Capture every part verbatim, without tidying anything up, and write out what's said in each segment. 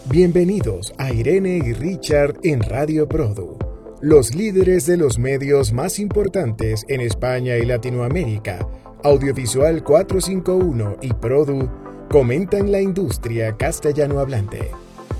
Bienvenidos a Irene y Richard en Radio Produ, los líderes de los medios más importantes en España y Latinoamérica. Audiovisual cuatrocientos cincuenta y uno y Produ comentan la industria castellano hablante.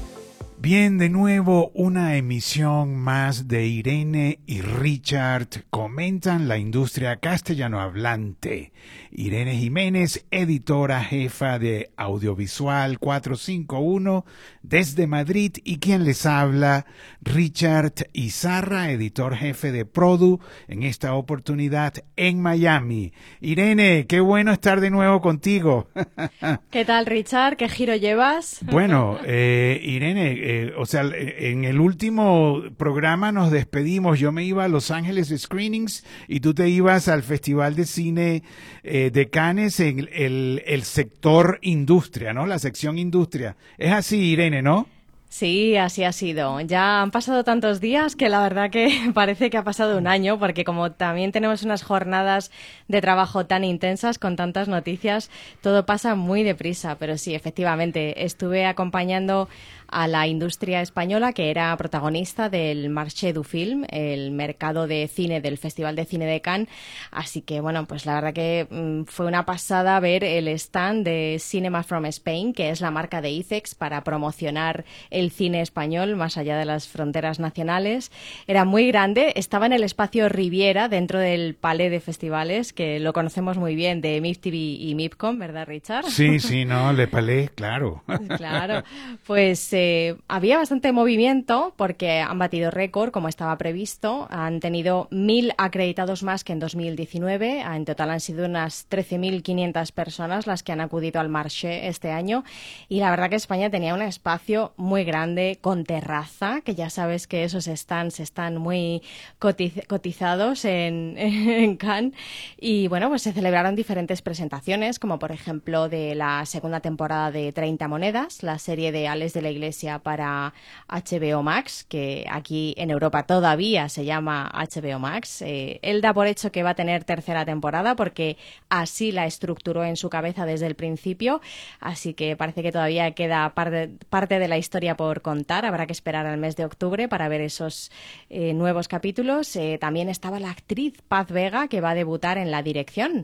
Bien, de nuevo una emisión más de Irene y Richard comentan la industria castellano hablante. Irene Jiménez, editora jefa de Audiovisual cuatrocientos cincuenta y uno desde Madrid, y quien les habla, Richard Izarra, editor jefe de Produ, en esta oportunidad en Miami. Irene, qué bueno estar de nuevo contigo. ¿Qué tal, Richard? ¿Qué giro llevas? Bueno, eh, Irene, Eh, o sea, en el último programa nos despedimos. Yo me iba a Los Ángeles Screenings y tú te ibas al Festival de Cine eh, de Cannes en el, el, el sector industria, ¿no? La sección industria. Es así, Irene, ¿no? Sí, así ha sido. Ya han pasado tantos días que la verdad que parece que ha pasado un año, porque como también tenemos unas jornadas de trabajo tan intensas con tantas noticias, todo pasa muy deprisa. Pero sí, efectivamente, estuve acompañando a la industria española, que era protagonista del Marché du Film, el mercado de cine del Festival de Cine de Cannes. Así que, bueno, pues la verdad que mmm, fue una pasada ver el stand de Cinema from Spain, que es la marca de ICEX para promocionar el cine español más allá de las fronteras nacionales. Era muy grande, estaba en el espacio Riviera, dentro del Palais de Festivales, que lo conocemos muy bien de M I F T V y MIPCOM, ¿verdad, Richard? Sí, sí, no, Le Palais, claro. Claro, pues eh, había bastante movimiento porque han batido récord, como estaba previsto. Han tenido mil acreditados más que en dos mil diecinueve. En total han sido unas trece mil quinientas personas las que han acudido al Marché este año. Y la verdad que España tenía un espacio muy grande con terraza, que ya sabes que esos stands están muy cotiz- cotizados en, en Cannes. Y bueno, pues se celebraron diferentes presentaciones, como por ejemplo de la segunda temporada de treinta monedas, la serie de Ales de la Iglesia para H B O Max, que aquí en Europa todavía se llama H B O Max. Eh, él da por hecho que va a tener tercera temporada porque así la estructuró en su cabeza desde el principio, así que parece que todavía queda parte, parte de la historia por contar. Habrá que esperar al mes de octubre para ver esos eh, nuevos capítulos. Eh, también estaba la actriz Paz Vega, que va a debutar en la dirección.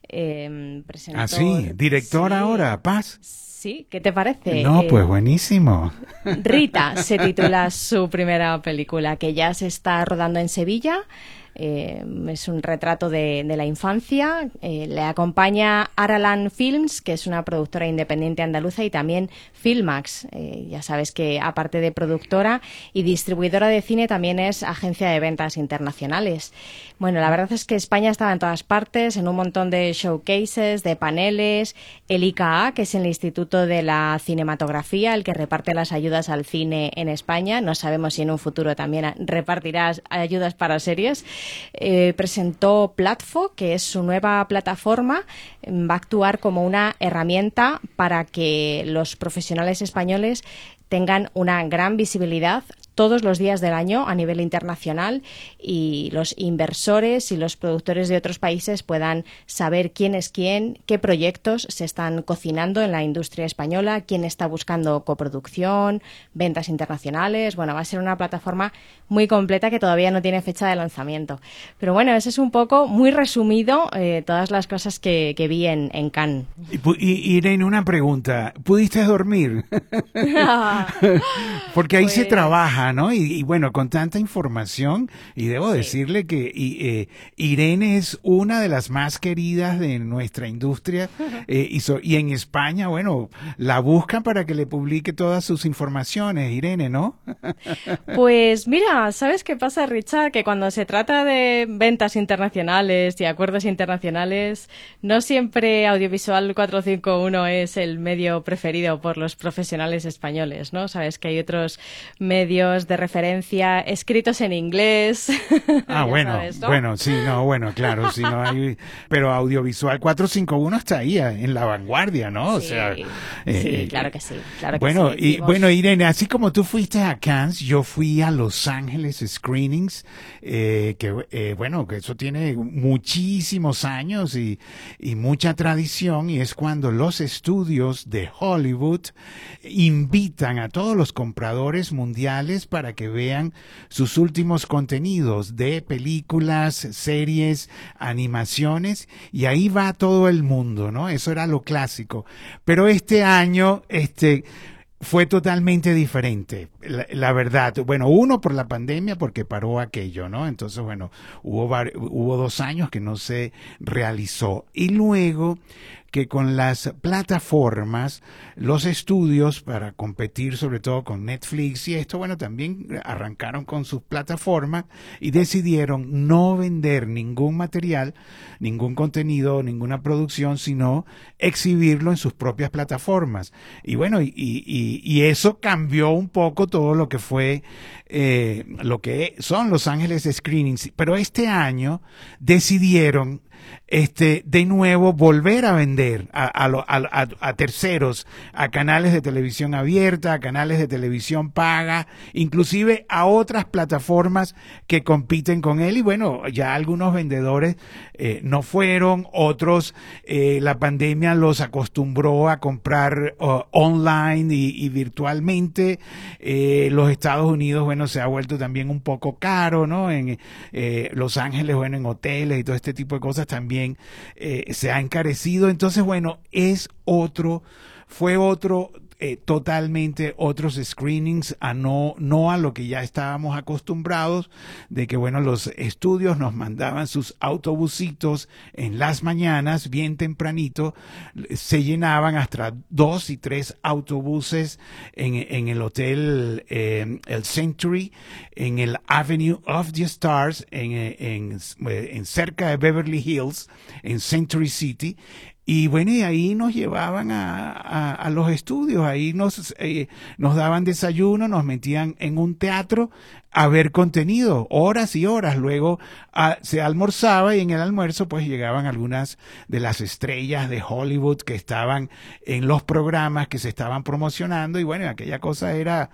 Eh, presentó... Ah, sí, director sí. Ahora, Paz. Sí, ¿qué te parece? No, eh, pues buenísimo. Rita se titula su primera película, que ya se está rodando en Sevilla. Eh, es un retrato de, de la infancia. Eh, le acompaña Aralan Films, que es una productora independiente andaluza, y también Filmax. Eh, ya sabes que aparte de productora y distribuidora de cine, también es agencia de ventas internacionales. Bueno, la verdad es que España estaba en todas partes, en un montón de showcases, de paneles. El I C A, que es el Instituto de la Cinematografía, el que reparte las ayudas al cine en España. No sabemos si en un futuro también repartirá ayudas para series. Eh, presentó Platfo, que es su nueva plataforma. Va a actuar como una herramienta para que los profesionales españoles tengan una gran visibilidad todos los días del año a nivel internacional, y los inversores y los productores de otros países puedan saber quién es quién, qué proyectos se están cocinando en la industria española, quién está buscando coproducción, ventas internacionales. Bueno, va a ser una plataforma muy completa que todavía no tiene fecha de lanzamiento. Pero bueno, ese es un poco, muy resumido, eh, todas las cosas que, que vi en, en Cannes. Y, Irene, una pregunta. ¿Pudiste dormir? Porque ahí pues... se trabaja, ¿no? Y, y bueno, con tanta información, y debo sí. decirle que y, eh, Irene es una de las más queridas de nuestra industria, eh, y, so, y en España, bueno, la buscan para que le publique todas sus informaciones, Irene, ¿no? Pues mira, ¿sabes qué pasa, Richard? Que cuando se trata de ventas internacionales y acuerdos internacionales, no siempre Audiovisual cuatrocientos cincuenta y uno es el medio preferido por los profesionales españoles, ¿no? Sabes que hay otros medios libros de referencia escritos en inglés. Ah, bueno, sabes, ¿no? Bueno, sí, no, bueno, claro, sí, no hay, pero Audiovisual cuatrocientos cincuenta y uno está ahí en la vanguardia, ¿no? O sí, sea, sí, eh, claro que sí, claro que bueno, sí. Y, bueno, Irene, así como tú fuiste a Cannes, yo fui a Los Ángeles Screenings, eh, que, eh, bueno, que eso tiene muchísimos años y, y mucha tradición, y es cuando los estudios de Hollywood invitan a todos los compradores mundiales para que vean sus últimos contenidos de películas, series, animaciones, y ahí va todo el mundo, ¿no? Eso era lo clásico. Pero este año, este, fue totalmente diferente, la, la verdad. Bueno, uno por la pandemia, porque paró aquello, ¿no? Entonces, bueno, hubo, hubo dos años que no se realizó. Y luego que con las plataformas, los estudios para competir sobre todo con Netflix y esto, bueno, también arrancaron con sus plataformas y decidieron no vender ningún material, ningún contenido, ninguna producción, sino exhibirlo en sus propias plataformas. Y bueno, y, y, y eso cambió un poco todo lo que fue, eh, lo que son Los Ángeles Screenings. Pero este año decidieron este de nuevo volver a vender a, a, a, a terceros, a canales de televisión abierta, a canales de televisión paga, inclusive a otras plataformas que compiten con él. Y bueno, ya algunos vendedores eh, no fueron, otros eh, la pandemia los acostumbró a comprar uh, online y, y virtualmente. Eh, los Estados Unidos, bueno, se ha vuelto también un poco caro, ¿no? En eh, Los Ángeles, bueno, en hoteles y todo este tipo de cosas también eh, se ha encarecido. Entonces, bueno, es otro, fue otro, eh, totalmente otros screenings, a no, no a lo que ya estábamos acostumbrados, de que, bueno, los estudios nos mandaban sus autobusitos en las mañanas, bien tempranito, se llenaban hasta dos y tres autobuses en, en el hotel, eh, el Century, en el Avenue of the Stars, en, en, en cerca de Beverly Hills, en Century City. Y bueno, y ahí nos llevaban a, a, a los estudios, ahí nos, eh, nos daban desayuno, nos metían en un teatro a ver contenido, horas y horas. Luego a, se almorzaba y en el almuerzo pues llegaban algunas de las estrellas de Hollywood que estaban en los programas que se estaban promocionando. Y bueno, aquella cosa era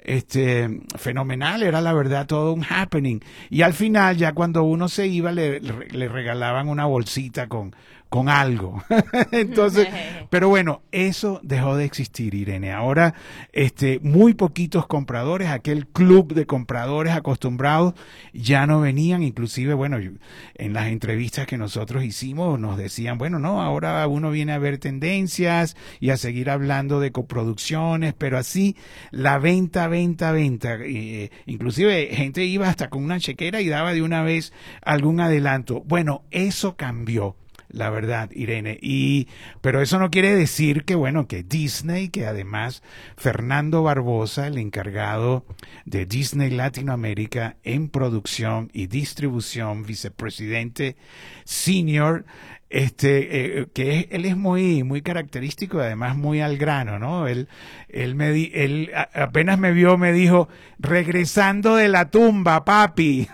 este fenomenal, era la verdad todo un happening. Y al final, ya cuando uno se iba, le, le regalaban una bolsita con con algo. Entonces, pero bueno, eso dejó de existir, Irene. Ahora, este, muy poquitos compradores, aquel club de compradores acostumbrados ya no venían. Inclusive, bueno, en las entrevistas que nosotros hicimos nos decían, bueno, no, ahora uno viene a ver tendencias y a seguir hablando de coproducciones, pero así la venta, venta, venta. Eh, inclusive gente iba hasta con una chequera y daba de una vez algún adelanto. Bueno, eso cambió, la verdad, Irene. Y pero eso no quiere decir que, bueno, que Disney, que además Fernando Barbosa, el encargado de Disney Latinoamérica en producción y distribución, vicepresidente senior, este eh, que es, él es muy muy característico y además muy al grano, ¿no? Él él me di, él a, apenas me vio me dijo, regresando de la tumba, papi.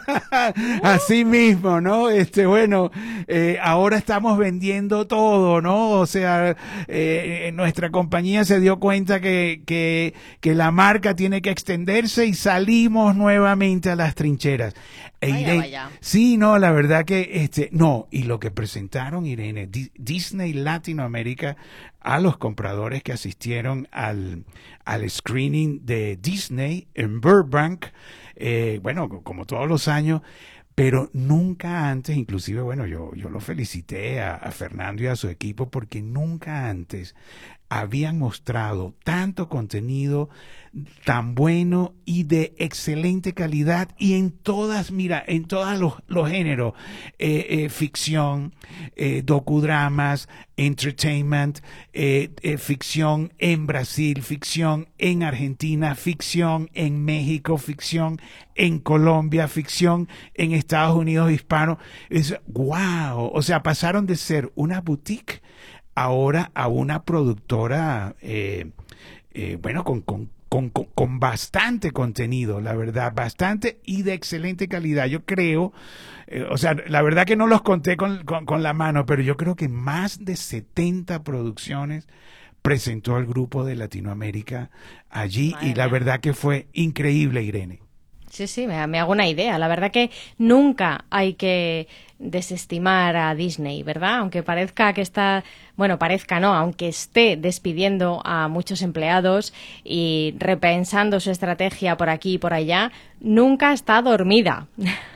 Así mismo, ¿no? Este bueno, eh, ahora estamos vendiendo todo, ¿no? O sea, eh, nuestra compañía se dio cuenta que que que la marca tiene que extenderse y salimos nuevamente a las trincheras. Vaya, Irene, vaya. Sí, no, la verdad que este, no, y lo que presentaron, Irene, Di- Disney Latinoamérica, a los compradores que asistieron al, al screening de Disney en Burbank, eh, bueno, como todos los años, pero nunca antes, inclusive, bueno, yo, yo lo felicité a, a Fernando y a su equipo porque nunca antes habían mostrado tanto contenido tan bueno y de excelente calidad y en todas, mira, en todos los, los géneros, eh, eh, ficción, eh, docudramas, entertainment, eh, eh, ficción en Brasil, ficción en Argentina, ficción en México, ficción en Colombia, ficción en Estados Unidos hispano. Es wow, o sea, pasaron de ser una boutique ahora a una productora, eh, eh, bueno, con, con con, con, con bastante contenido, la verdad, bastante y de excelente calidad. Yo creo, eh, o sea, la verdad que no los conté con, con, con la mano, pero yo creo que más de setenta producciones presentó el grupo de Latinoamérica allí. Madre y la mía. Verdad que fue increíble, Irene. Sí, sí, me, me hago una idea. La verdad que nunca hay que desestimar a Disney, ¿verdad? Aunque parezca que está, bueno, parezca no, aunque esté despidiendo a muchos empleados y repensando su estrategia por aquí y por allá, nunca está dormida.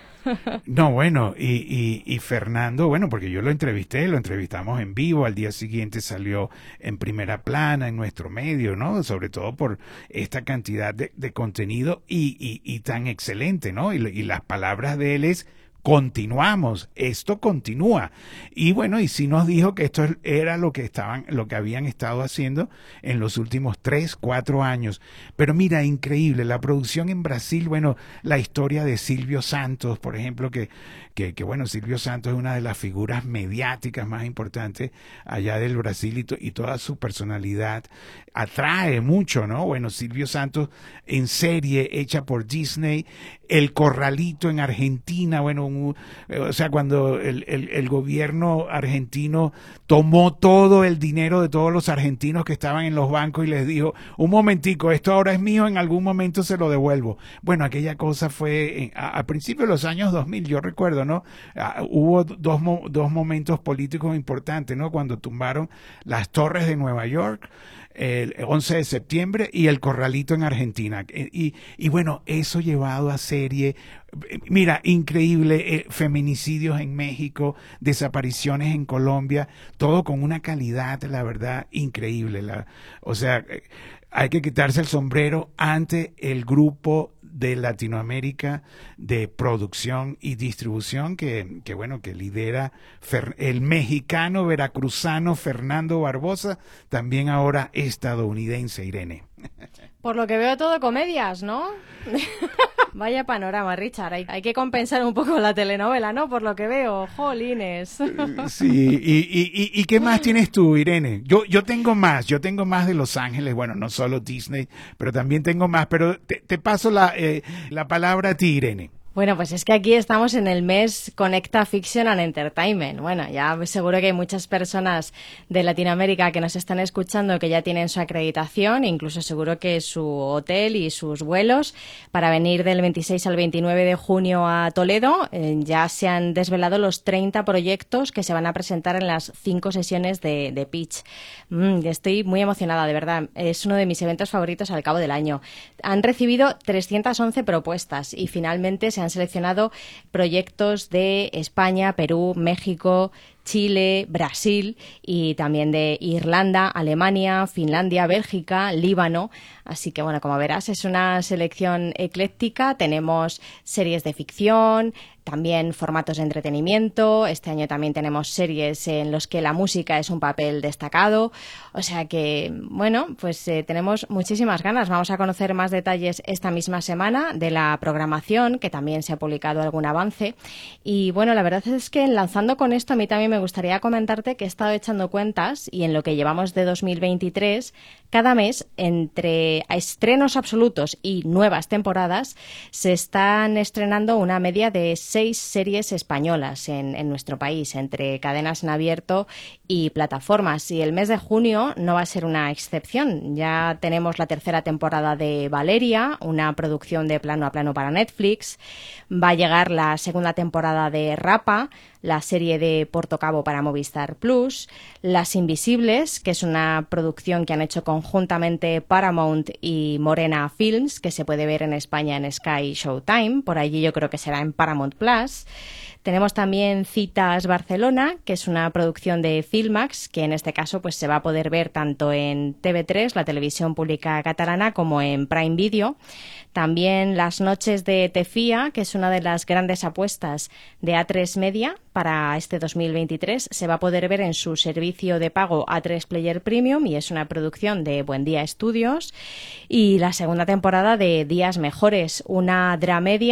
No, bueno, y, y, y Fernando, bueno, porque yo lo entrevisté, lo entrevistamos en vivo, al día siguiente salió en primera plana en nuestro medio, ¿no? Sobre todo por esta cantidad de, de contenido y, y, y tan excelente, ¿no? Y, y las palabras de él es: continuamos, esto continúa. Y bueno, y sí nos dijo que esto era lo que estaban, lo que habían estado haciendo en los últimos tres, cuatro años. Pero mira, increíble, la producción en Brasil, bueno, la historia de Silvio Santos, por ejemplo, que, que, que bueno, Silvio Santos es una de las figuras mediáticas más importantes allá del Brasil y, to, y toda su personalidad atrae mucho, ¿no? Bueno, Silvio Santos en serie hecha por Disney, El Corralito en Argentina, bueno, un, o sea, cuando el, el, el gobierno argentino tomó todo el dinero de todos los argentinos que estaban en los bancos y les dijo: un momentico, esto ahora es mío, en algún momento se lo devuelvo. Bueno, aquella cosa fue a, a principios de los años dos mil, yo recuerdo, ¿no? Uh, hubo dos, dos momentos políticos importantes, ¿no? Cuando tumbaron las torres de Nueva York, el once de septiembre, y El Corralito en Argentina. Y, y bueno, eso llevado a serie, mira, increíble, eh, feminicidios en México, desapariciones en Colombia, todo con una calidad, la verdad, increíble. La, o sea, eh, hay que quitarse el sombrero ante el grupo de Latinoamérica de producción y distribución que, que bueno, que lidera Fer, el mexicano veracruzano Fernando Barbosa, también ahora estadounidense, Irene. Por lo que veo, todo comedias, ¿no? Vaya panorama, Richard. Hay, hay que compensar un poco la telenovela, ¿no? Por lo que veo, jolines. Sí, y, y, y, ¿y qué más tienes tú, Irene? Yo, yo tengo más, yo tengo más de Los Ángeles, bueno, no solo Disney, pero también tengo más, pero te, te paso la, eh, la palabra a ti, Irene. Bueno, pues es que aquí estamos en el mes Conecta Fiction and Entertainment. Bueno, ya seguro que hay muchas personas de Latinoamérica que nos están escuchando que ya tienen su acreditación, incluso seguro que su hotel y sus vuelos para venir del veintiséis al veintinueve de junio a Toledo. Eh, ya se han desvelado los treinta proyectos que se van a presentar en las cinco sesiones de, de pitch. Mm, estoy muy emocionada, de verdad. Es uno de mis eventos favoritos al cabo del año. Han recibido trescientas once propuestas y finalmente se han seleccionado proyectos de España, Perú, México, Chile, Brasil y también de Irlanda, Alemania, Finlandia, Bélgica, Líbano. Así que, bueno, como verás, es una selección ecléctica. Tenemos series de ficción, también formatos de entretenimiento. Este año también tenemos series en los que la música es un papel destacado. O sea que, bueno, pues eh, tenemos muchísimas ganas. Vamos a conocer más detalles esta misma semana de la programación, que también se ha publicado algún avance. Y, bueno, la verdad es que enlazando con esto, a mí también me gustaría comentarte que he estado echando cuentas y en lo que llevamos de dos mil veintitrés, cada mes, entre estrenos absolutos y nuevas temporadas, se están estrenando una media de seis series españolas en, en nuestro país, entre cadenas en abierto y plataformas. Y el mes de junio no va a ser una excepción. Ya tenemos la tercera temporada de Valeria, una producción de plano a plano para Netflix. Va a llegar la segunda temporada de Rapa, la serie de Portocabo para Movistar Plus, Las Invisibles, que es una producción que han hecho conjuntamente Paramount y Morena Films, que se puede ver en España en Sky Showtime, por allí yo creo que será en Paramount Plus. Tenemos también Citas Barcelona, que es una producción de Filmax, que en este caso pues se va a poder ver tanto en T V tres, la televisión pública catalana, como en Prime Video. También Las Noches de Tefía, que es una de las grandes apuestas de A tres Media para este dos mil veintitrés, se va a poder ver en su servicio de pago A tres Player Premium y es una producción de Buendía Estudios. Y la segunda temporada de Días Mejores, una dramedia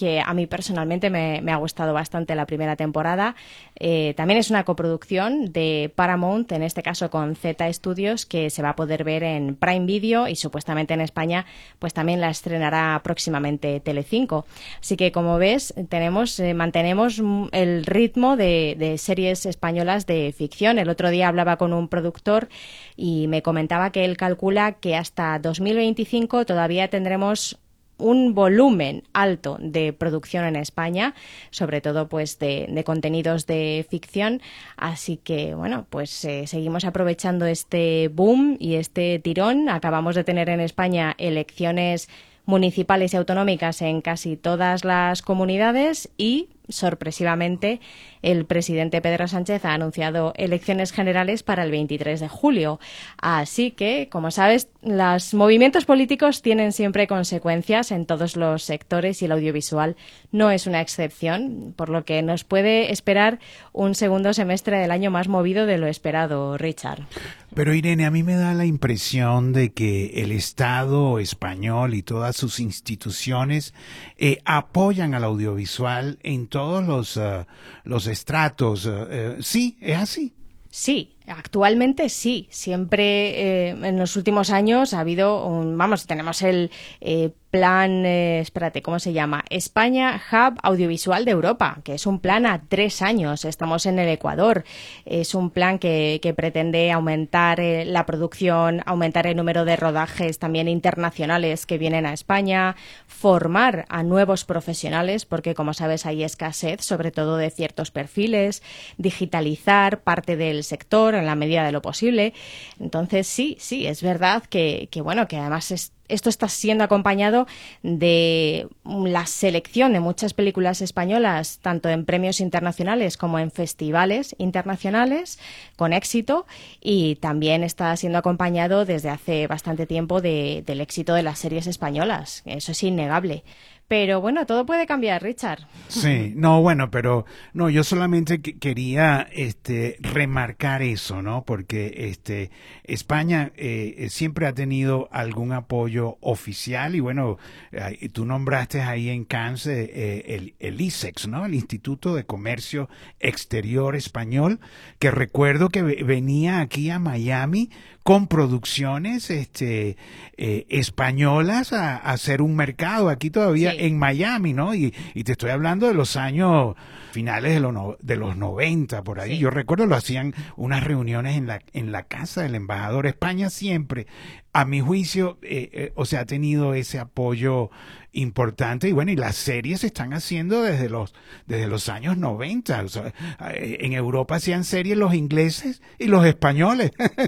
que a mí personalmente me, me ha gustado bastante la primera temporada. Eh, también es una coproducción de Paramount, en este caso con Z Studios, que se va a poder ver en Prime Video y supuestamente en España pues también la estrenará próximamente Telecinco. Así que, como ves, tenemos eh, mantenemos el ritmo de, de series españolas de ficción. El otro día hablaba con un productor y me comentaba que él calcula que hasta dos mil veinticinco todavía tendremos un volumen alto de producción en España, sobre todo pues de, de contenidos de ficción. Así que, bueno, pues eh, seguimos aprovechando este boom y este tirón. Acabamos de tener en España elecciones municipales y autonómicas en casi todas las comunidades y, sorpresivamente, el presidente Pedro Sánchez ha anunciado elecciones generales para el veintitrés de julio. Así que, como sabes, los movimientos políticos tienen siempre consecuencias en todos los sectores y el audiovisual no es una excepción, por lo que nos puede esperar un segundo semestre del año más movido de lo esperado, Richard. Pero Irene, a mí me da la impresión de que el Estado español y todas sus instituciones eh, apoyan al audiovisual en todos los, uh, los estratos. Uh, uh, sí, es así. Sí, actualmente sí. Siempre eh, en los últimos años ha habido un, vamos, tenemos el eh, plan, eh, espérate, ¿cómo se llama? España Hub Audiovisual de Europa, que es un plan a tres años. Estamos en el Ecuador. Es un plan que, que pretende aumentar eh, la producción, aumentar el número de rodajes también internacionales que vienen a España, formar a nuevos profesionales, porque como sabes hay escasez, sobre todo de ciertos perfiles, digitalizar parte del sector en la medida de lo posible. Entonces sí, sí, es verdad que, que bueno, que además es esto está siendo acompañado de la selección de muchas películas españolas, tanto en premios internacionales como en festivales internacionales, con éxito, y también está siendo acompañado desde hace bastante tiempo de, del éxito de las series españolas. Eso es innegable. Pero bueno, todo puede cambiar, Richard. Sí, no, bueno, pero no, yo solamente que quería este remarcar eso, ¿no? Porque este España eh, siempre ha tenido algún apoyo oficial y bueno, eh, tú nombraste ahí en Cannes eh, el, el I S E X, ¿no? El Instituto de Comercio Exterior Español, que recuerdo que venía aquí a Miami con producciones este eh, españolas a, a hacer un mercado aquí todavía sí. En Miami, ¿no? Y, y te estoy hablando de los años finales de los, no, de los noventa, por ahí. Sí. Yo recuerdo lo hacían unas reuniones en la, en la casa del embajador. España siempre, a mi juicio, eh, eh, o sea, ha tenido ese apoyo importante y bueno, y las series se están haciendo desde los desde los años noventa. O sea, en Europa hacían series los ingleses y los españoles.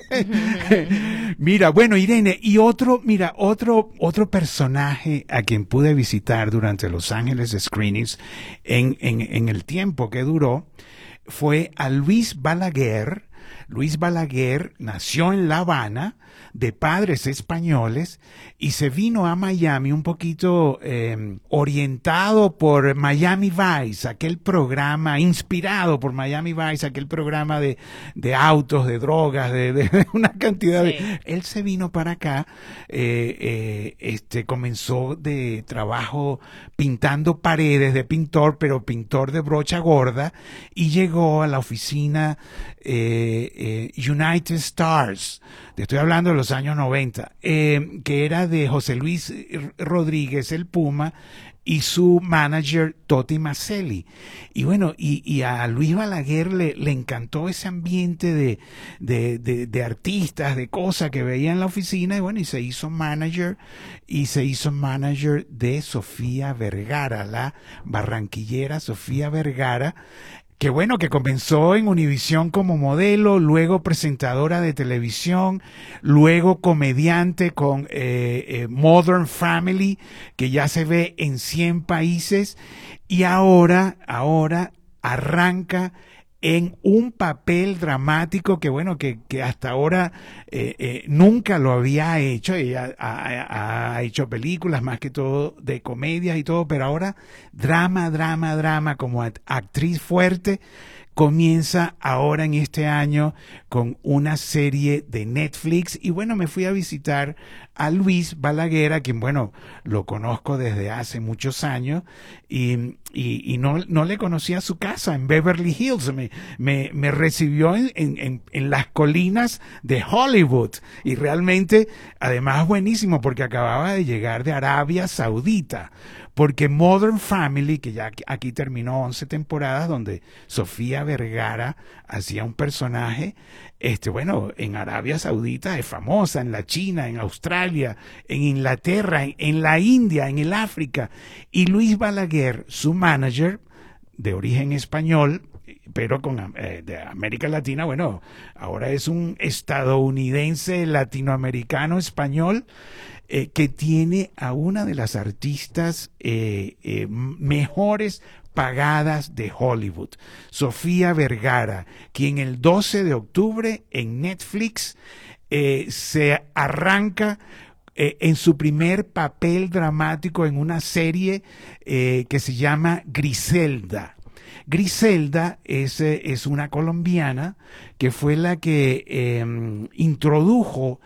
Mira, bueno, Irene, y otro, mira, otro otro personaje a quien pude visitar durante Los Ángeles Screenings en, en, en el tiempo que duró fue a Luis Balaguer. Luis Balaguer nació en La Habana, de padres españoles, y se vino a Miami un poquito eh, orientado por Miami Vice, aquel programa, inspirado por Miami Vice, aquel programa de, de autos, de drogas, de, de una cantidad sí. de... Él se vino para acá, eh, eh, este, comenzó de trabajo pintando paredes, de pintor, pero pintor de brocha gorda, y llegó a la oficina eh, eh, United Stars, te estoy hablando de los años noventa, eh, que era de José Luis Rodríguez, el Puma, y su manager Toti Maselli. Y bueno, y, y a Luis Balaguer le, le encantó ese ambiente de, de, de, de artistas, de cosas que veía en la oficina, y bueno, y se hizo manager, y se hizo manager de Sofía Vergara, la barranquillera Sofía Vergara, que bueno, que comenzó en Univisión como modelo, luego presentadora de televisión, luego comediante con eh, eh, Modern Family, que ya se ve en cien países, y ahora, ahora arranca en un papel dramático que bueno, que, que hasta ahora eh, eh, nunca lo había hecho. Ella ha, ha, ha hecho películas más que todo de comedias y todo, pero ahora drama, drama, drama como actriz fuerte comienza ahora en este año con una serie de Netflix. Y bueno, me fui a visitar a Luis Balaguer, a quien, bueno, lo conozco desde hace muchos años, y, y, y no, no le conocía su casa en Beverly Hills. Me, me, me recibió en, en, en las colinas de Hollywood, y realmente, además, buenísimo, porque acababa de llegar de Arabia Saudita, porque Modern Family, que ya aquí terminó once temporadas, donde Sofía Vergara hacía un personaje, este, bueno, en Arabia Saudita es famosa, en la China, en Australia, en Inglaterra, en, en la India, en el África. Y Luis Balaguer, su manager, de origen español, pero con eh, de América Latina, bueno, ahora es un estadounidense, latinoamericano, español, eh, que tiene a una de las artistas eh, eh, mejores pagadas de Hollywood, Sofía Vergara, quien el doce de octubre en Netflix eh, se arranca eh, en su primer papel dramático en una serie eh, que se llama Griselda. Griselda es, eh, es una colombiana que fue la que eh, introdujo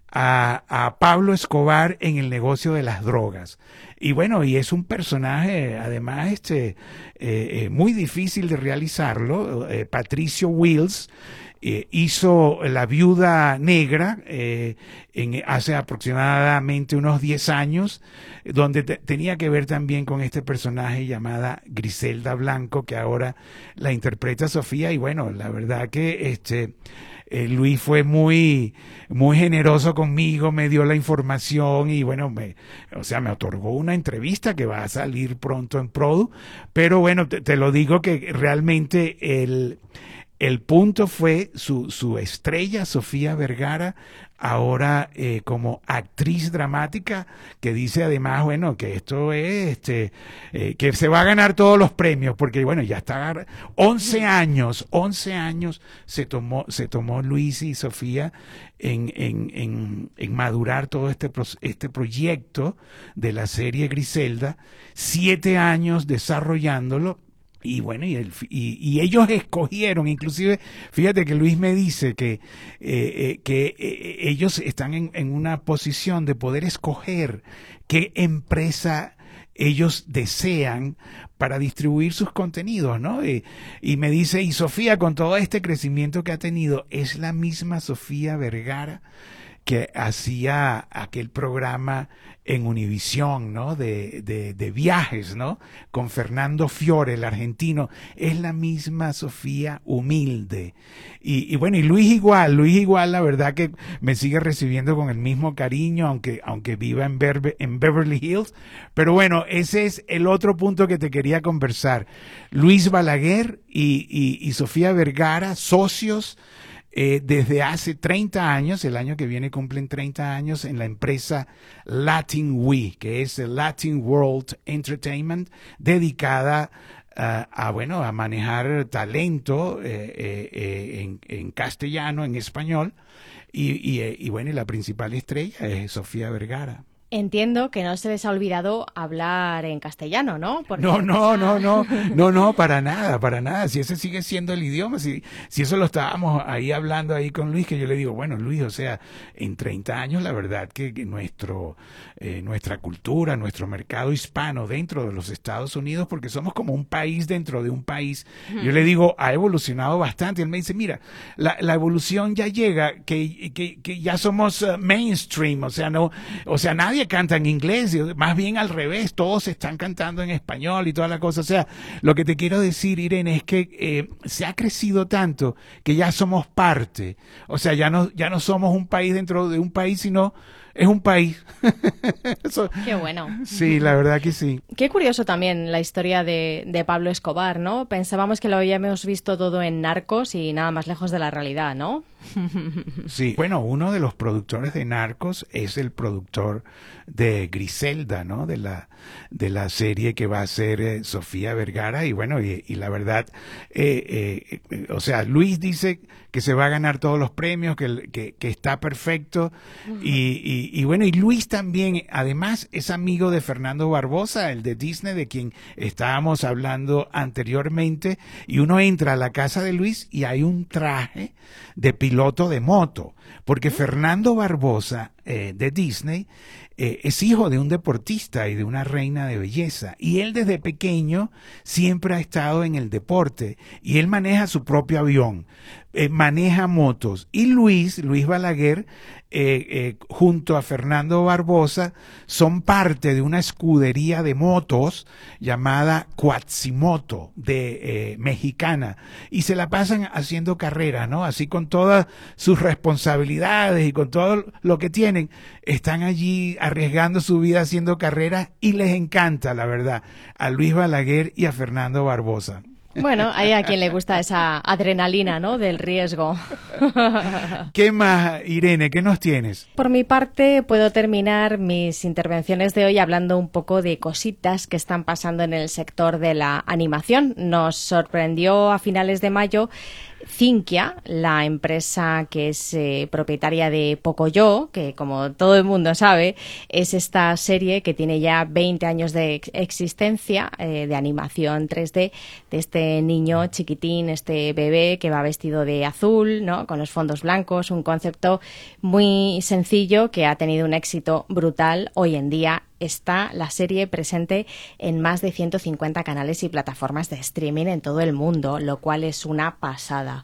A, a Pablo Escobar en el negocio de las drogas. Y bueno, y es un personaje, además, este, eh, eh, muy difícil de realizarlo. Eh, Patricio Wills eh, hizo La Viuda Negra eh, en, hace aproximadamente unos diez años, donde te, tenía que ver también con este personaje llamada Griselda Blanco, que ahora la interpreta Sofía. Y bueno, la verdad que este... Eh, Luis fue muy, muy generoso conmigo, me dio la información y bueno, me, o sea, me otorgó una entrevista que va a salir pronto en Produ, pero bueno, te, te lo digo que realmente el, el punto fue su, su estrella, Sofía Vergara, ahora eh, como actriz dramática, que dice además, bueno, que esto es, este, eh, que se va a ganar todos los premios, porque bueno, ya está once años, once años se tomó, se tomó Luis y Sofía en, en, en, en madurar todo este, este proyecto de la serie Griselda, siete años desarrollándolo. Y bueno, y, el, y, y ellos escogieron, inclusive, fíjate que Luis me dice que, eh, eh, que eh, ellos están en, en una posición de poder escoger qué empresa ellos desean para distribuir sus contenidos, ¿no? Y, y me dice, y Sofía, con todo este crecimiento que ha tenido, es la misma Sofía Vergara que hacía aquel programa en Univisión, ¿no? De, de, de viajes, ¿no? Con Fernando Fiore, el argentino. Es la misma Sofía humilde. Y, y bueno, y Luis igual, Luis igual, la verdad que me sigue recibiendo con el mismo cariño, aunque, aunque viva en, Berbe, en Beverly Hills. Pero bueno, ese es el otro punto que te quería conversar. Luis Balaguer y, y, y Sofía Vergara, socios, Eh, desde hace treinta años, el año que viene cumplen treinta años en la empresa Latin We, que es el Latin World Entertainment, dedicada uh, a, bueno, a manejar talento eh, eh, eh, en, en castellano, en español, y, y, eh, y bueno, y la principal estrella es Sofía Vergara. Entiendo que no se les ha olvidado hablar en castellano, ¿no? Porque... No, no, no, no, no, no, para nada, para nada. Si ese sigue siendo el idioma, si, si eso lo estábamos ahí hablando ahí con Luis, que yo le digo, bueno, Luis, o sea, en treinta años la verdad que, que nuestro, eh, nuestra cultura, nuestro mercado hispano dentro de los Estados Unidos, porque somos como un país dentro de un país, uh-huh. Yo le digo, ha evolucionado bastante. Él me dice, mira, la, la evolución ya llega, que, que, que ya somos uh, mainstream, o sea, no, o sea, nadie canta en inglés, más bien al revés, todos están cantando en español y toda la cosa. O sea, lo que te quiero decir, Irene, es que eh, se ha crecido tanto que ya somos parte. O sea, ya no, ya no somos un país dentro de un país, sino es un país. Eso, qué bueno. Sí, la verdad que sí. Qué curioso también la historia de, de Pablo Escobar, ¿no? Pensábamos que lo habíamos visto todo en Narcos y nada más lejos de la realidad, ¿no? Sí, bueno, uno de los productores de Narcos es el productor de Griselda, ¿no? De la de la serie que va a ser eh, Sofía Vergara y bueno, y, y la verdad, eh, eh, eh, o sea, Luis dice que se va a ganar todos los premios, que, que, que está perfecto uh-huh. y, y, y bueno, y Luis también, además, es amigo de Fernando Barbosa, el de Disney, de quien estábamos hablando anteriormente, y uno entra a la casa de Luis y hay un traje de piloto de moto, porque Fernando Barbosa eh, de Disney eh, es hijo de un deportista y de una reina de belleza, y él desde pequeño siempre ha estado en el deporte, y él maneja su propio avión, eh, maneja motos, y Luis, Luis Balaguer, eh, eh, junto a Fernando Barbosa, son parte de una escudería de motos llamada Quatsimoto, de eh, mexicana, y se la pasan haciendo carreras, ¿no? Así con todas sus responsabilidades y con todo lo que tienen, están allí arriesgando su vida haciendo carreras y les encanta, la verdad, a Luis Balaguer y a Fernando Barbosa. Bueno, hay a quien le gusta esa adrenalina, ¿no?, del riesgo. ¿Qué más, Irene? ¿Qué nos tienes? Por mi parte, puedo terminar mis intervenciones de hoy hablando un poco de cositas que están pasando en el sector de la animación. Nos sorprendió a finales de mayo Cynthia, la empresa que es eh, propietaria de Pocoyo, que como todo el mundo sabe, es esta serie que tiene ya veinte años de ex- existencia eh, de animación tres D, de este niño chiquitín, este bebé que va vestido de azul, ¿no?, con los fondos blancos, un concepto muy sencillo que ha tenido un éxito brutal. Hoy en día está la serie presente en más de ciento cincuenta canales y plataformas de streaming en todo el mundo, lo cual es una pasada.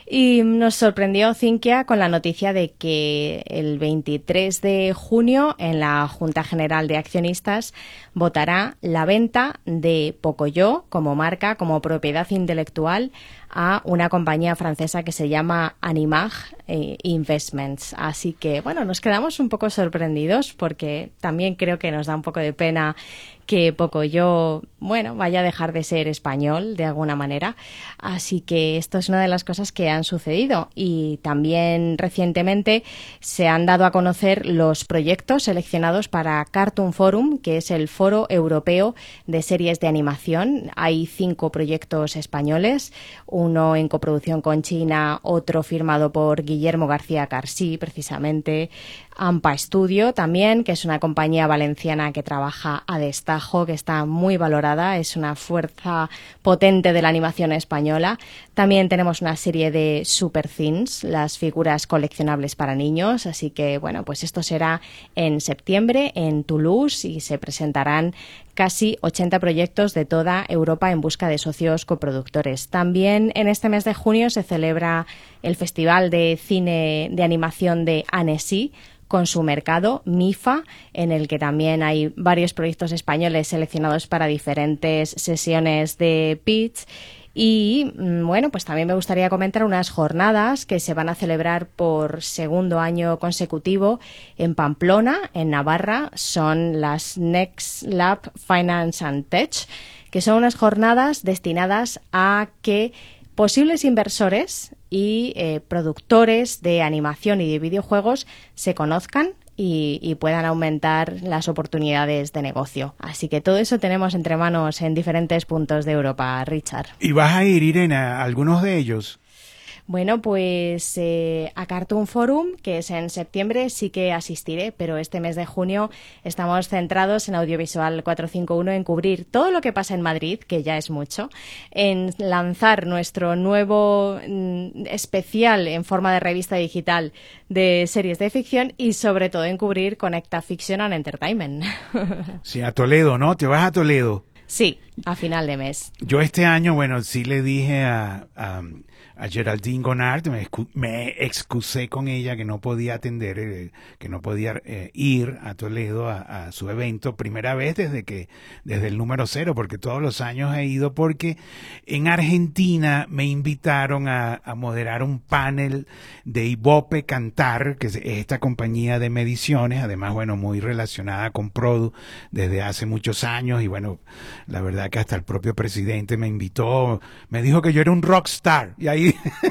Y nos sorprendió Cynthia con la noticia de que el veintitrés de junio en la Junta General de Accionistas votará la venta de Pocoyo como marca, como propiedad intelectual, a una compañía francesa que se llama Animag eh, Investments. Así que, bueno, nos quedamos un poco sorprendidos porque también creo que nos da un poco de pena que Pocoyo, bueno, vaya a dejar de ser español de alguna manera. Así que esto es una de las cosas que han sucedido. Y también recientemente se han dado a conocer los proyectos seleccionados para Cartoon Forum, que es el foro europeo de series de animación. Hay cinco proyectos españoles, uno en coproducción con China, otro firmado por Guillermo García Carsí, precisamente, Ampa Studio también, que es una compañía valenciana que trabaja a destajo, que está muy valorada, es una fuerza potente de la animación española. También tenemos una serie de Super Things, las figuras coleccionables para niños, así que bueno, pues esto será en septiembre en Toulouse y se presentarán casi ochenta proyectos de toda Europa en busca de socios coproductores. También en este mes de junio se celebra el Festival de Cine de Animación de Annecy, con su mercado, MIFA, en el que también hay varios proyectos españoles seleccionados para diferentes sesiones de pitch. Y bueno, pues también me gustaría comentar unas jornadas que se van a celebrar por segundo año consecutivo en Pamplona, en Navarra. Son las Next Lab Finance and Tech, que son unas jornadas destinadas a que posibles inversores y eh, productores de animación y de videojuegos se conozcan y, y puedan aumentar las oportunidades de negocio. Así que todo eso tenemos entre manos en diferentes puntos de Europa, Richard. ¿Y vas a ir, Irene, a algunos de ellos? Bueno, pues eh, a Cartoon Forum, que es en septiembre, sí que asistiré, pero este mes de junio estamos centrados en Audiovisual cuatrocientos cincuenta y uno en cubrir todo lo que pasa en Madrid, que ya es mucho, en lanzar nuestro nuevo mm, especial en forma de revista digital de series de ficción y sobre todo en cubrir Conecta Fiction and Entertainment. Sí, a Toledo, ¿no? ¿Te vas a Toledo? Sí, a final de mes. Yo este año, bueno, sí le dije a... a a Geraldine Gonard, me, excu- me excusé con ella que no podía atender, eh, que no podía eh, ir a Toledo a, a su evento, primera vez desde que, desde el número cero, porque todos los años he ido, porque en Argentina me invitaron a, a moderar un panel de Ibope Cantar, que es esta compañía de mediciones, además, bueno, muy relacionada con Produ desde hace muchos años, y bueno, La verdad que hasta el propio presidente me invitó, me dijo que yo era un rockstar. Y ahí...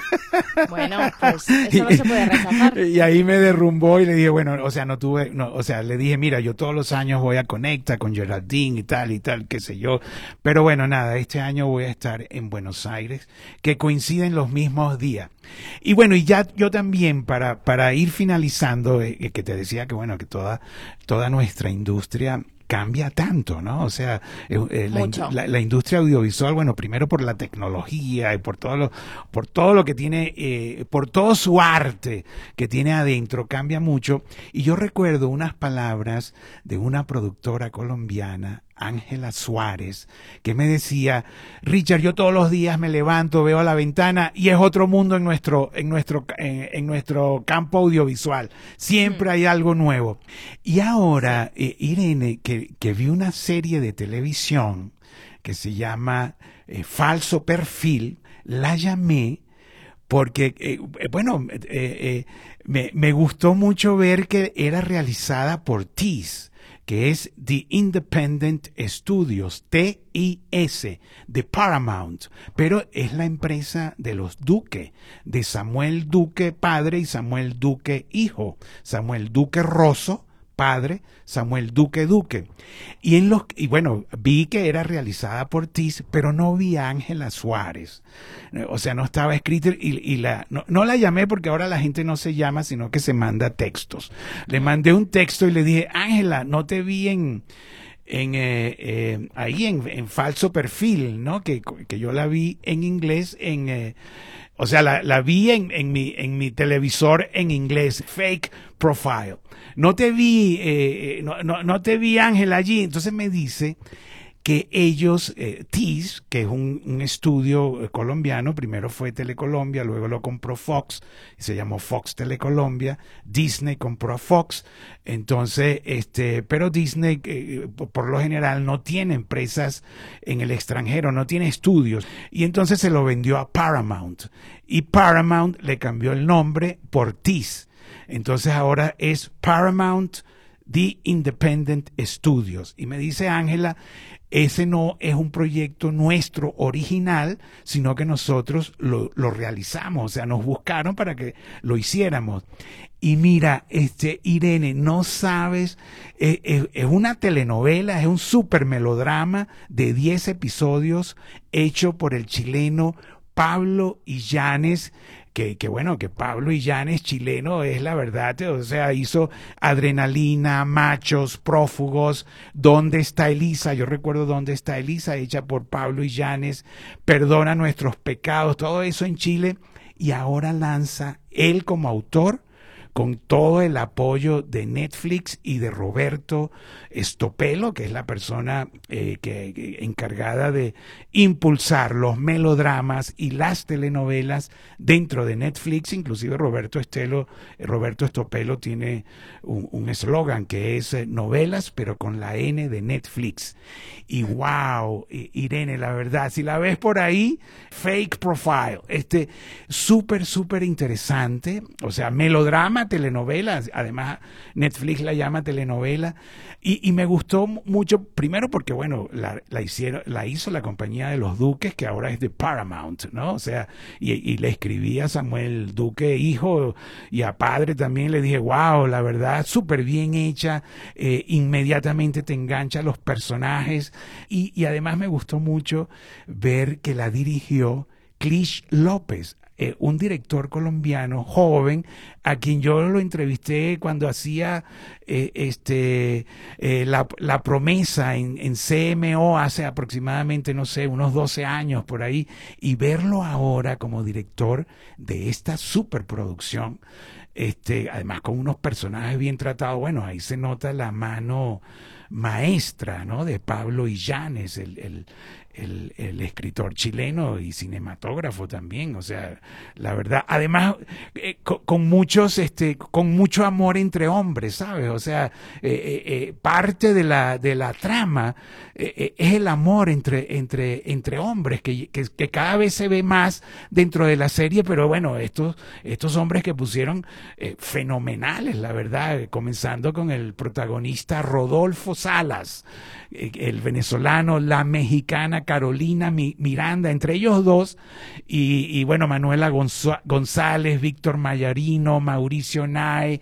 Bueno, pues eso no se puede rechazar. Y ahí me derrumbó y le dije, bueno, o sea, no tuve, no, o sea, le dije, mira, yo todos los años voy a Conecta con Geraldine y tal y tal, qué sé yo. Pero bueno, nada, este año voy a estar en Buenos Aires, que coinciden los mismos días. Y bueno, y ya yo también, para, para ir finalizando, eh, que te decía que bueno, que toda, toda nuestra industria cambia tanto, ¿no? O sea, eh, eh, la, la, la industria audiovisual, bueno, primero por la tecnología y por todo lo, por todo lo que tiene, eh, por todo su arte que tiene adentro, cambia mucho. Y yo recuerdo unas palabras de una productora colombiana, Ángela Suárez, que me decía, Richard, yo todos los días me levanto, veo a la ventana y es otro mundo en nuestro, en nuestro, en, en nuestro campo audiovisual. Siempre mm. hay algo nuevo. Y ahora, eh, Irene, que, que vi una serie de televisión que se llama eh, Falso Perfil, la llamé porque, eh, bueno, eh, eh, me, me gustó mucho ver que era realizada por T I S, que es The Independent Studios, T I S, de Paramount, pero es la empresa de los Duque, de Samuel Duque padre y Samuel Duque hijo, Samuel Duque Rosso, padre, Samuel Duque Duque. Y en los y bueno, vi que era realizada por T I S, pero no vi a Ángela Suárez. O sea, no estaba escrita y, y la no, no la llamé porque ahora la gente no se llama, sino que se manda textos. Le mandé un texto y le dije, Ángela, no te vi en en eh, eh, ahí en, en Falso Perfil, ¿no? Que, que yo la vi en inglés en eh, o sea, la, la vi en, en, mi, en mi televisor en inglés, Fake Profile. No te vi, eh, no, no, no te vi, Ángela, allí. Entonces me dice que ellos, eh, T I S, que es un, un estudio eh, colombiano, primero fue Telecolombia, luego lo compró Fox, y se llamó Fox Telecolombia, Disney compró a Fox, entonces, este, pero Disney, eh, por, por lo general, no tiene empresas en el extranjero, no tiene estudios, y entonces se lo vendió a Paramount, y Paramount le cambió el nombre por T I S, entonces ahora es Paramount The Independent Studios, y me dice Ángela, ese no es un proyecto nuestro original, sino que nosotros lo, lo realizamos, o sea, nos buscaron para que lo hiciéramos. Y mira, este Irene, no sabes, eh, eh, es una telenovela, es un super melodrama de diez episodios hecho por el chileno Pablo Illanes, que, que bueno, que Pablo Illanes, chileno, es la verdad, o sea, hizo Adrenalina, Machos, Prófugos, ¿Dónde está Elisa? Yo recuerdo ¿Dónde está Elisa?, hecha por Pablo Illanes, Perdona nuestros pecados, todo eso en Chile, y ahora lanza él como autor, con todo el apoyo de Netflix y de Roberto Stopelo, que es la persona eh, que, que encargada de impulsar los melodramas y las telenovelas dentro de Netflix. Inclusive Roberto Estelo, Roberto Stopelo tiene un eslogan que es eh, novelas, pero con la N de Netflix. Y wow, Irene, la verdad, si la ves por ahí, Fake Profile, este súper, súper interesante, o sea, melodrama, telenovela, además Netflix la llama telenovela, y, y me gustó mucho, primero porque, bueno, la, la hicieron, la hizo la compañía de los Duques, que ahora es de Paramount, ¿no? O sea, y, y le escribí a Samuel Duque, hijo, y a padre también, le dije, wow, la verdad, súper bien hecha, eh, inmediatamente te engancha los personajes, y, y además me gustó mucho ver que la dirigió Clich López, eh, un director colombiano joven a quien yo lo entrevisté cuando hacía eh, este eh, la, la promesa en, en C M O hace aproximadamente, no sé, unos doce años por ahí, y verlo ahora como director de esta superproducción, este, además con unos personajes bien tratados. Bueno, ahí se nota la mano maestra, ¿no?, de Pablo Illanes, el, el, el, el escritor chileno y cinematógrafo también, o sea, la verdad, además eh, con, con muchos, este, con mucho amor entre hombres, ¿sabes? O sea, eh, eh, eh, parte de la, de la trama eh, eh, es el amor entre, entre, entre hombres, que, que, que cada vez se ve más dentro de la serie, pero bueno, estos, estos hombres que pusieron eh, fenomenales, la verdad, comenzando con el protagonista Rodolfo Salas, eh, el venezolano, la mexicana Carolina Miranda, entre ellos dos, y, y bueno, Manuela Gonz- González, Víctor Mayarino, Mauricio Nay,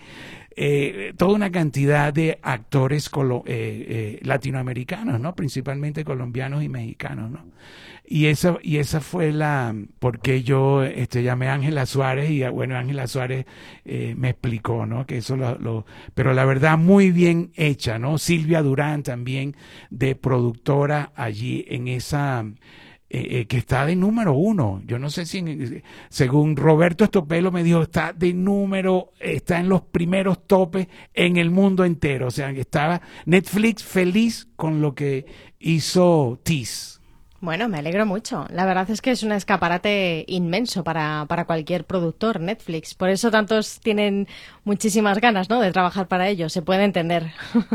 eh, toda una cantidad de actores colo- eh, eh, latinoamericanos, ¿no? Principalmente colombianos y mexicanos, ¿no? Y esa, y esa fue la, porque yo este, llamé a Ángela Suárez y bueno, Ángela Suárez eh, me explicó, ¿no? Que eso lo, lo, pero la verdad muy bien hecha, ¿no? Silvia Durán también de productora allí en esa, eh, eh, que está de número uno. Yo no sé si, en, según Roberto Estopelo me dijo, está de número, está en los primeros topes en el mundo entero. O sea, que estaba Netflix feliz con lo que hizo Tease. Bueno, me alegro mucho. La verdad es que es un escaparate inmenso para, para cualquier productor, Netflix. Por eso tantos tienen muchísimas ganas, ¿no?, de trabajar para ellos. Se puede entender.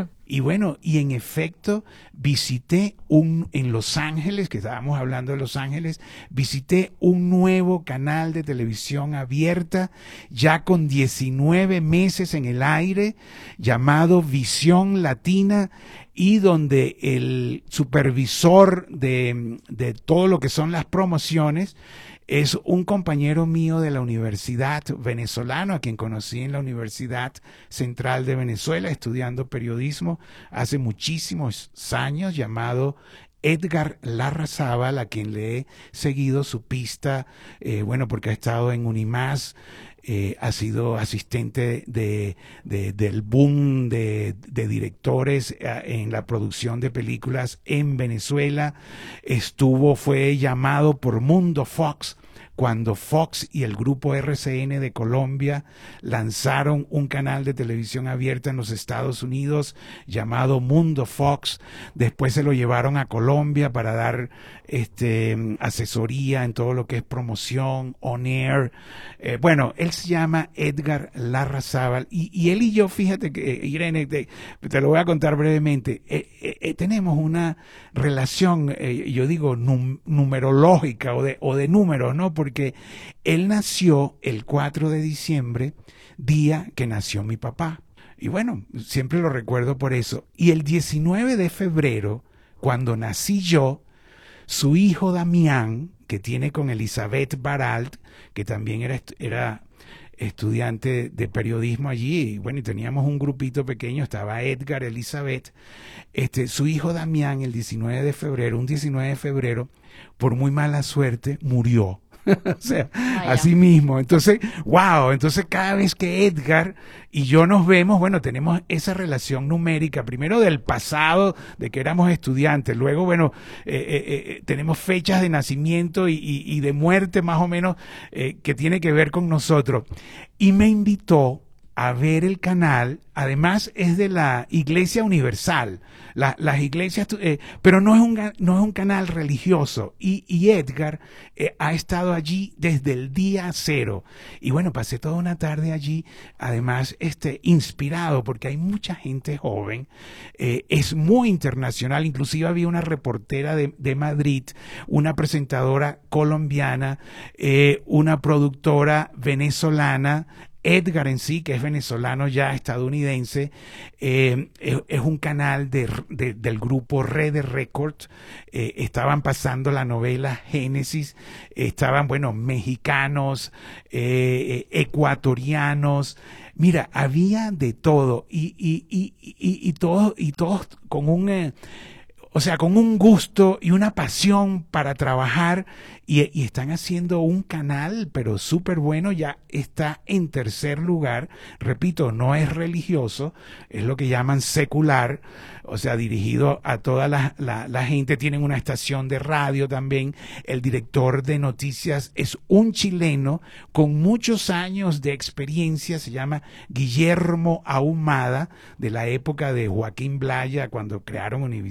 Y bueno, y en efecto, visité un, en Los Ángeles, que estábamos hablando de Los Ángeles, visité un nuevo canal de televisión abierta, ya con diecinueve meses en el aire, llamado Visión Latina, y donde el supervisor de, de todo lo que son las promociones es un compañero mío de la universidad, venezolano, a quien conocí en la Universidad Central de Venezuela, estudiando periodismo hace muchísimos años, llamado Edgar Larrazábal, a quien le he seguido su pista, eh, bueno, porque ha estado en Unimás, eh, ha sido asistente de, de, del boom de, de directores eh, en la producción de películas en Venezuela. Estuvo, fue llamado por Mundo Fox cuando Fox y el grupo R C N de Colombia lanzaron un canal de televisión abierta en los Estados Unidos llamado Mundo Fox. Después se lo llevaron a Colombia para dar este, asesoría en todo lo que es promoción, on air. Eh, bueno, él se llama Edgar Larrazábal y, y él y yo, fíjate que, eh, Irene, te, te lo voy a contar brevemente, eh, eh, tenemos una relación, eh, yo digo, num, numerológica o de, o de números, ¿no? Porque porque él nació el cuatro de diciembre, día que nació mi papá. Y bueno, siempre lo recuerdo por eso. Y el diecinueve de febrero, cuando nací yo, su hijo Damián, que tiene con Elizabeth Baralt, que también era, era estudiante de periodismo allí, y bueno, y teníamos un grupito pequeño, estaba Edgar, Elizabeth, este, su hijo Damián, el diecinueve de febrero, un diecinueve de febrero, por muy mala suerte, murió. O sea, Vaya. Así mismo. Entonces, wow, entonces cada vez que Edgar y yo nos vemos, bueno, tenemos esa relación numérica, primero del pasado, de que éramos estudiantes, luego, bueno, eh, eh, eh, tenemos fechas de nacimiento y, y, y de muerte más o menos eh, que tiene que ver con nosotros. Y me invitó a ver el canal, además es de la Iglesia Universal, la, las iglesias, eh, pero no es un no es un canal religioso, y, y Edgar eh, ha estado allí desde el día cero, y bueno, pasé toda una tarde allí, además este, inspirado, porque hay mucha gente joven, eh, es muy internacional, inclusive había una reportera de, de Madrid, una presentadora colombiana, eh, una productora venezolana, Edgar en sí, que es venezolano ya estadounidense, eh, es, es un canal de, de, del grupo Red Records, eh, estaban pasando la novela Génesis, estaban, bueno, mexicanos, eh, ecuatorianos, mira, había de todo, y, y, y, y, y todos, y todos con un... Eh, O sea, con un gusto y una pasión para trabajar y, y están haciendo un canal, pero súper bueno, ya está en tercer lugar. Repito, no es religioso, es lo que llaman secular, o sea, dirigido a toda la, la, la gente. Tienen una estación de radio también. El director de noticias es un chileno con muchos años de experiencia, se llama Guillermo Ahumada, de la época de Joaquín Blaya, cuando crearon Univisión hace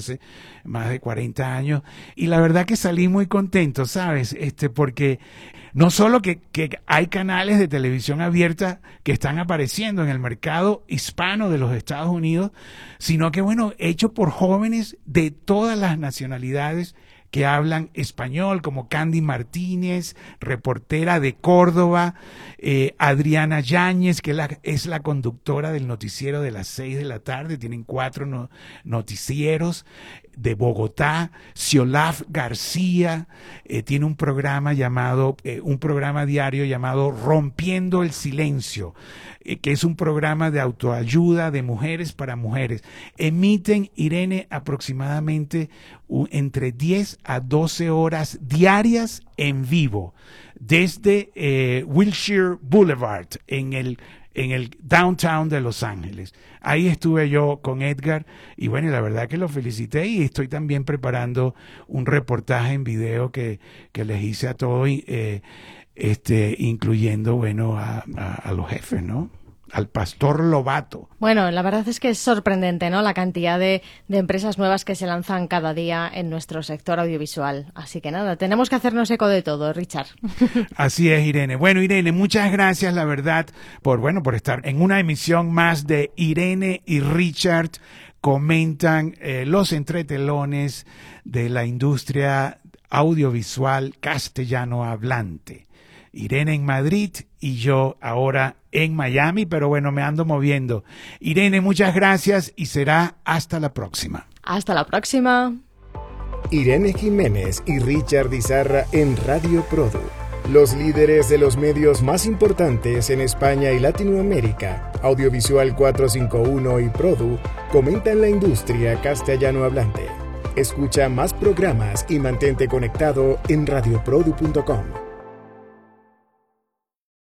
hace más de cuarenta años. Y la verdad que salí muy contento, ¿sabes? Este, porque no solo que, que hay canales de televisión abierta que están apareciendo en el mercado hispano de los Estados Unidos, sino que, bueno, hecho por jóvenes de todas las nacionalidades que hablan español, como Candy Martínez, reportera de Córdoba, eh, Adriana Yáñez, que la, es la conductora del noticiero de las seis de la tarde, tienen cuatro no, noticieros, de Bogotá, Ciolaf García, eh, tiene un programa llamado, eh, un programa diario llamado Rompiendo el Silencio, eh, que es un programa de autoayuda de mujeres para mujeres. Emiten, Irene, aproximadamente uh, entre diez a doce horas diarias en vivo, desde eh, Wilshire Boulevard, en el en el downtown de Los Ángeles. Ahí estuve yo con Edgar y bueno, la verdad que lo felicité y estoy también preparando un reportaje en video que, que les hice a todos, eh, este, incluyendo, bueno, a, a, a los jefes, ¿no? Al Pastor Lobato. Bueno, la verdad es que es sorprendente, ¿no?, la cantidad de, de empresas nuevas que se lanzan cada día en nuestro sector audiovisual. Así que nada, tenemos que hacernos eco de todo, Richard. Así es, Irene. Bueno, Irene, muchas gracias, la verdad, por, bueno, por estar en una emisión más de Irene y Richard comentan eh, los entretelones de la industria audiovisual castellano hablante. Irene en Madrid y yo ahora en Miami, pero bueno, me ando moviendo. Irene, muchas gracias y será hasta la próxima. Hasta la próxima. Irene Jiménez y Richard Izarra en Radio Produ, los líderes de los medios más importantes en España y Latinoamérica. Audiovisual cuatrocientos cincuenta y uno y Produ comentan la industria castellano hablante. Escucha más programas y mantente conectado en radio produ punto com.